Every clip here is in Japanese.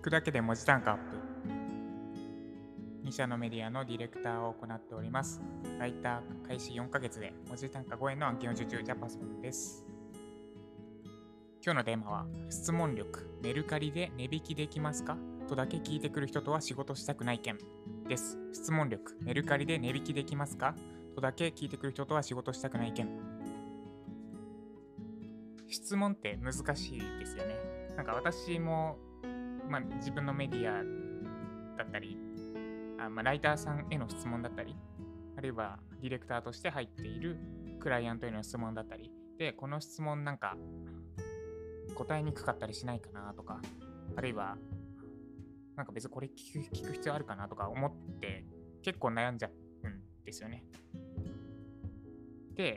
くだけで文字単価アップ。2社のメディアのディレクターを行っております。ライター開始4ヶ月で文字単価5円の案件を受注ジャパソンです。今日のテーマは、質問力、メルカリで値引きできますかとだけ聞いてくる人とは仕事したくない件です。質問力、メルカリで値引きできますかとだけ聞いてくる人とは仕事したくない件。質問って難しいですよね。なんか私も、自分のメディアだったり、ライターさんへの質問だったり、あるいはディレクターとして入っているクライアントへの質問だったり、で、この質問なんか答えにくかったりしないかなとか、あるいはなんか別にこれ聞く必要あるかなとか思って結構悩んじゃうんですよね。で、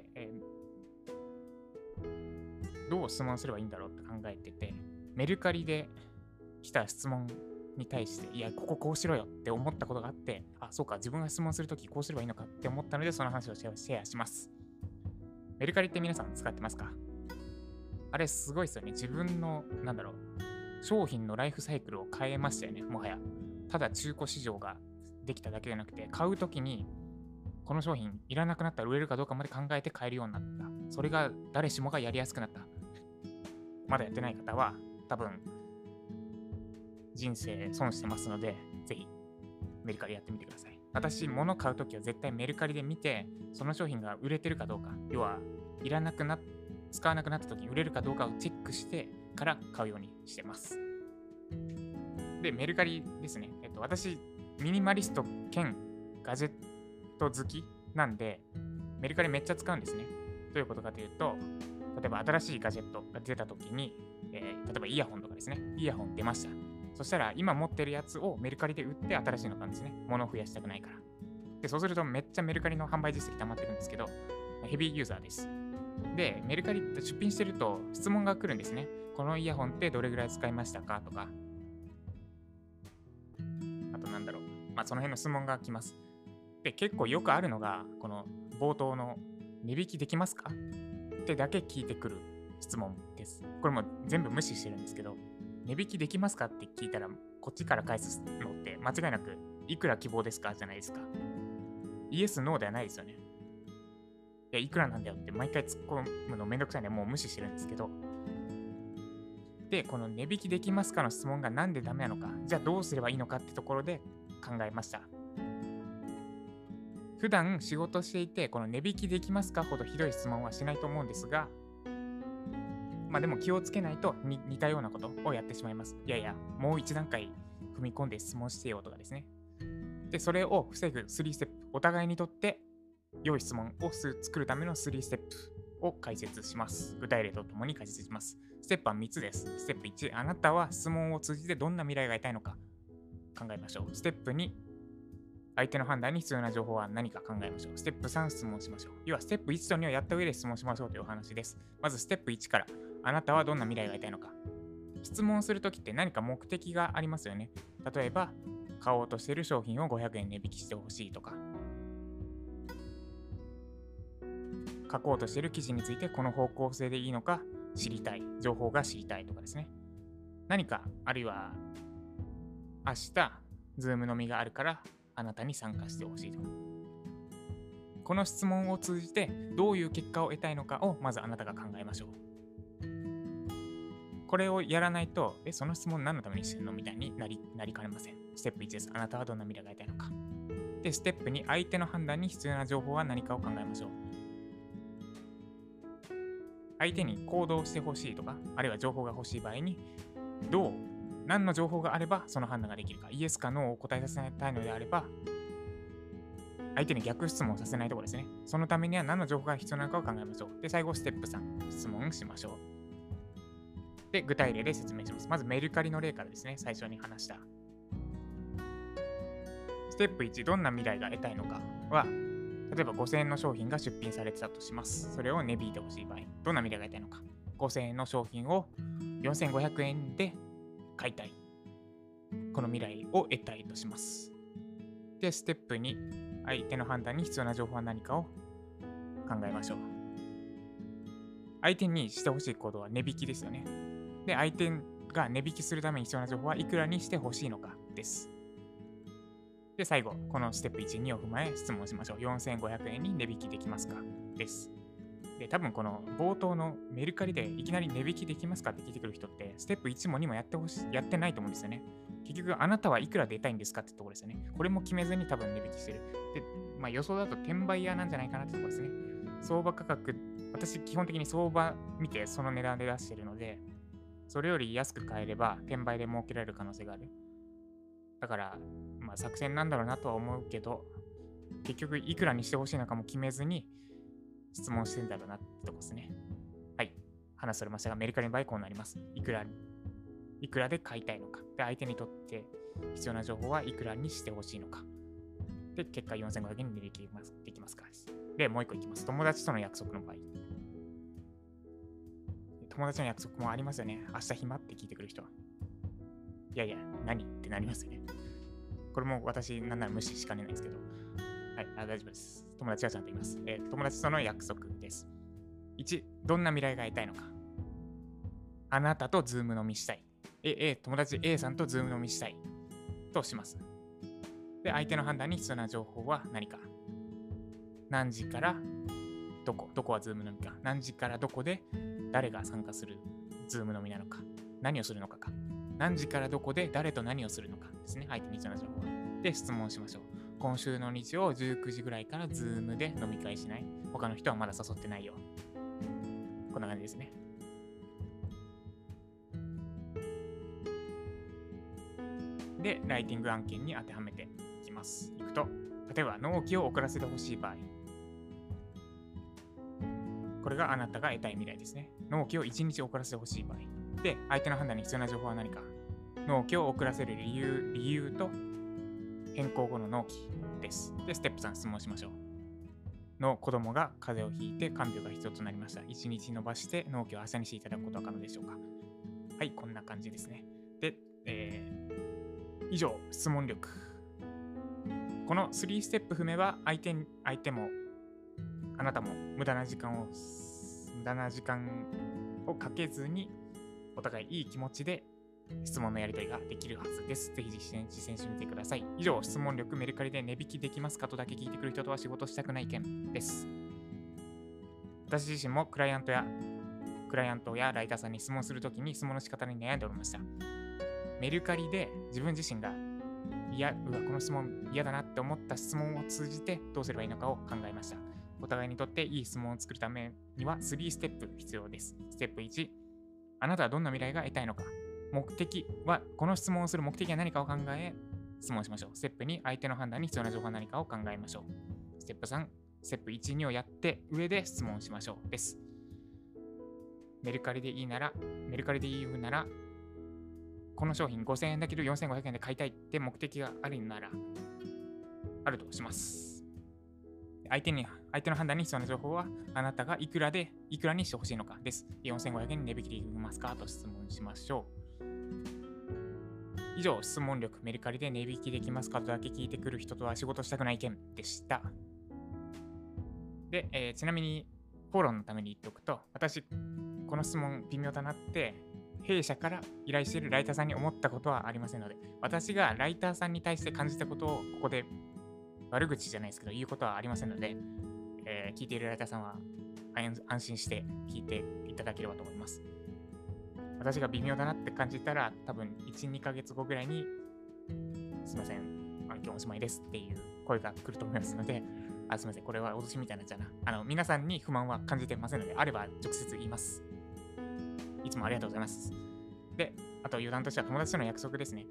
どう質問すればいいんだろうって考えてて、メルカリで来た質問に対して、いや、こここうしろよって思ったことがあって、あ、そうか、自分が質問するときこうすればいいのかって思ったので、その話をシェアします。メルカリって皆さん使ってますか？あれすごいですよね。自分の、商品のライフサイクルを変えましたよね、もはや。ただ中古市場ができただけじゃなくて、買うときに、この商品いらなくなったら売れるかどうかまで考えて買えるようになった。それが誰しもがやりやすくなった。まだやってない方は、多分、人生損してますので、ぜひ、メルカリやってみてください。私、物買うときは絶対メルカリで見て、その商品が売れてるかどうか、要は、使わなくなったときに売れるかどうかをチェックしてから買うようにしてます。で、メルカリですね。私、ミニマリスト兼ガジェット好きなんで、メルカリめっちゃ使うんですね。どういうことかというと、例えば新しいガジェットが出たときに、例えばイヤホンとかですね。イヤホン出ました。そしたら今持ってるやつをメルカリで売って新しいの買うんですね。物を増やしたくないから。で、そうするとめっちゃメルカリの販売実績溜まってるんですけど、ヘビーユーザーです。で、メルカリって出品してると質問が来るんですね。このイヤホンってどれぐらい使いましたかとか、あとその辺の質問が来ます。で、結構よくあるのが、この冒頭の値引きできますかってだけ聞いてくる質問です。これも全部無視してるんですけど、値引きできますかって聞いたら、こっちから返すのって間違いなく、いくら希望ですかじゃないですか。イエス、ノーではないですよね。いや、いくらなんだよって毎回突っ込むのめんどくさいんで、もう無視してるんですけど。で、この値引きできますかの質問がなんでダメなのか、じゃあどうすればいいのかってところで考えました。普段仕事していて、この値引きできますかほどひどい質問はしないと思うんですが、でも気をつけないと似たようなことをやってしまいます。いやいや、もう一段階踏み込んで質問してよとかですね。で、それを防ぐ3ステップ、お互いにとって良い質問を作るための3ステップを解説します。具体例とともに解説します。ステップは3つです。ステップ1、あなたは質問を通じてどんな未来が得たいのか考えましょう。ステップ2、相手の判断に必要な情報は何か考えましょう。ステップ3、質問しましょう。要は、ステップ1と2をやった上で質問しましょうというお話です。まず、ステップ1から、あなたはどんな未来が得たいのか。質問するときって何か目的がありますよね。例えば、買おうとしている商品を500円値引きしてほしいとか、書こうとしている記事についてこの方向性でいいのか知りたい。情報が知りたいとかですね。何か、あるいは、明日、ズーム飲みがあるから、あなたに参加してほしいとか。この質問を通じてどういう結果を得たいのかをまずあなたが考えましょう。これをやらないと、その質問何のためにしてるのみたいになりかねません。ステップ1です。あなたはどんな未来が得たいのか。で、ステップ2、相手の判断に必要な情報は何かを考えましょう。相手に行動してほしいとか、あるいは情報が欲しい場合に、何の情報があればその判断ができるか。イエスかノーを答えさせたいのであれば、相手に逆質問をさせないところですね。そのためには何の情報が必要なのかを考えましょう。で、最後、ステップ3、質問しましょう。で、具体例で説明します。まず、メルカリの例からですね、最初に話した。ステップ1、どんな未来が得たいのかは、例えば5000円の商品が出品されてたとします。それを値引いてほしい場合、どんな未来が得たいのか。5000円の商品を4500円で買いたい。この未来を得たいとします。で、ステップ2、相手の判断に必要な情報は何かを考えましょう。相手にしてほしい行動は値引きですよね。で、相手が値引きするために必要な情報はいくらにしてほしいのかです。で、最後、このステップ1、2を踏まえ質問しましょう。4500円に値引きできますかです。で、多分この冒頭のメルカリでいきなり値引きできますかって聞いてくる人って、ステップ1も2もやってないと思うんですよね。結局、あなたはいくら出たいんですかってところですよね。これも決めずに多分値引きしてる。で、予想だと転売屋なんじゃないかなってところですね。相場価格、私基本的に相場見てその値段で出してるので、それより安く買えれば転売で儲けられる可能性がある。だから、作戦なんだろうなとは思うけど、結局いくらにしてほしいのかも決めずに質問してんだろうなってとこですね。はい。話されましたが、メルカリの場合こうなります。いくらで買いたいのか。で、相手にとって必要な情報はいくらにしてほしいのか。で、結果4500円にできますかです。で、もう一個いきます。友達との約束の場合。友達の約束もありますよね。明日暇って聞いてくる人は。いやいや、何ってなりますよね。これも私、なんなら無視しかねないんですけど。はい、大丈夫です。友達はちゃんと言います。友達との約束です。1、どんな未来が得たいのか。あなたとズーム飲みしたい。友達 A さんとズーム飲みしたい。とします。で、相手の判断に必要な情報は何か。何時からどこはズーム飲みか。何時からどこで誰が参加するズーム飲みなのか。何をするのかか。何時からどこで誰と何をするのかですね。相手に必要な情報は。で、質問しましょう。今週の日曜19時ぐらいからズームで飲み会しない？他の人はまだ誘ってないよ。こんな感じですね。で、ライティング案件に当てはめていきます。いくと、例えば納期を遅らせてほしい場合。これがあなたが得たい未来ですね。納期を1日遅らせてほしい場合。で、相手の判断に必要な情報は何か。納期を遅らせる理由と変更後の納期です。で、ステップ3質問しましょう。の子供が風邪をひいて看病が必要となりました。1日延ばして納期を明日にしていただくことは可能でしょうか。はい、こんな感じですね。で、以上、質問力。この3ステップ踏めば相手もあなたも無駄な時間をかけずにお互いいい気持ちで質問のやり取りができるはずです。ぜひ実践してみてください。以上、質問力メルカリで値引きできますかとだけ聞いてくる人とは仕事したくない件です。私自身もクライアントやライターさんに質問するときに質問の仕方に悩んでおりました。メルカリで自分自身がこの質問嫌だなって思った質問を通じてどうすればいいのかを考えました。お互いにとっていい質問を作るためには3ステップ必要です。ステップ1、あなたはどんな未来が得たいのか。この質問をする目的は何かを考え、質問しましょう。ステップ2、相手の判断に必要な情報は何かを考えましょう。ステップ3、ステップ1、2をやって上で質問しましょう。です。メルカリで言うなら、この商品5000円だけど4500円で買いたいって目的があるなら、あるとします。相手の判断に必要な情報は、あなたがいくらにしてほしいのかです。4500円に値引きできますかと質問しましょう。以上、質問力、メルカリで値引きできますかとだけ聞いてくる人とは仕事したくない件でした。で、ちなみに、フォローのために言っておくと、私、この質問微妙だなって、弊社から依頼しているライターさんに思ったことはありませんので、私がライターさんに対して感じたことをここで悪口じゃないですけど言うことはありませんので、聞いているライターさんは安心して聞いていただければと思います。私が微妙だなって感じたら多分 1,2 ヶ月後ぐらいにすいません、今日おしまいですっていう声が来ると思いますので、すいません、これは脅しみたいになっちゃうな。皆さんに不満は感じてませんので、あれば直接言います。いつもありがとうございます。で、あと余談としては友達との約束ですね。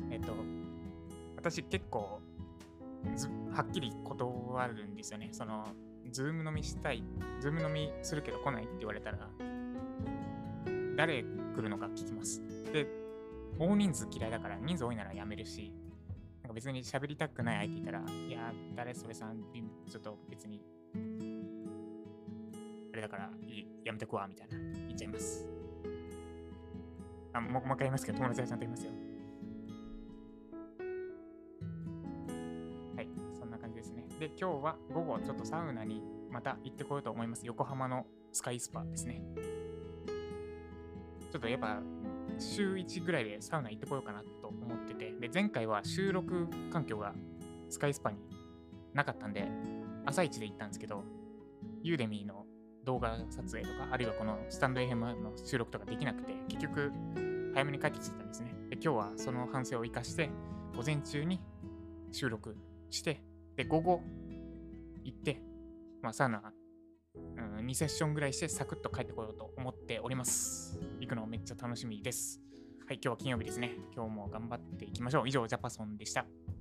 私結構はっきり断るんですよね。ズーム飲みするけど来ないって言われたら、誰来るのか聞きます。で、大人数嫌いだから、人数多いならやめるし、なんか別に喋りたくない相手いたら、いや、誰それさん、ちょっと別に、あれだからやめてくわ、みたいな言っちゃいます。もう一回言いますけど、友達はちゃんと言いますよ。はい、そんな感じですね。で、今日は午後ちょっとサウナにまた行ってこようと思います。横浜のスカイスパですね。ちょっとやっぱ週1ぐらいでサウナ行ってこようかなと思ってて、で、前回は収録環境がスカイスパになかったんで、朝一で行ったんですけど、ユーデミーの動画撮影とか、あるいはこのスタンド FM の収録とかできなくて、結局、早めに帰ってきてたんですね。で、今日はその反省を生かして、午前中に収録して、で、午後行って、サウナ、2セッションぐらいしてサクッと帰ってこようと思っております。行くのめっちゃ楽しみです。はい、今日は金曜日ですね。今日も頑張っていきましょう。以上、ジャパソンでした。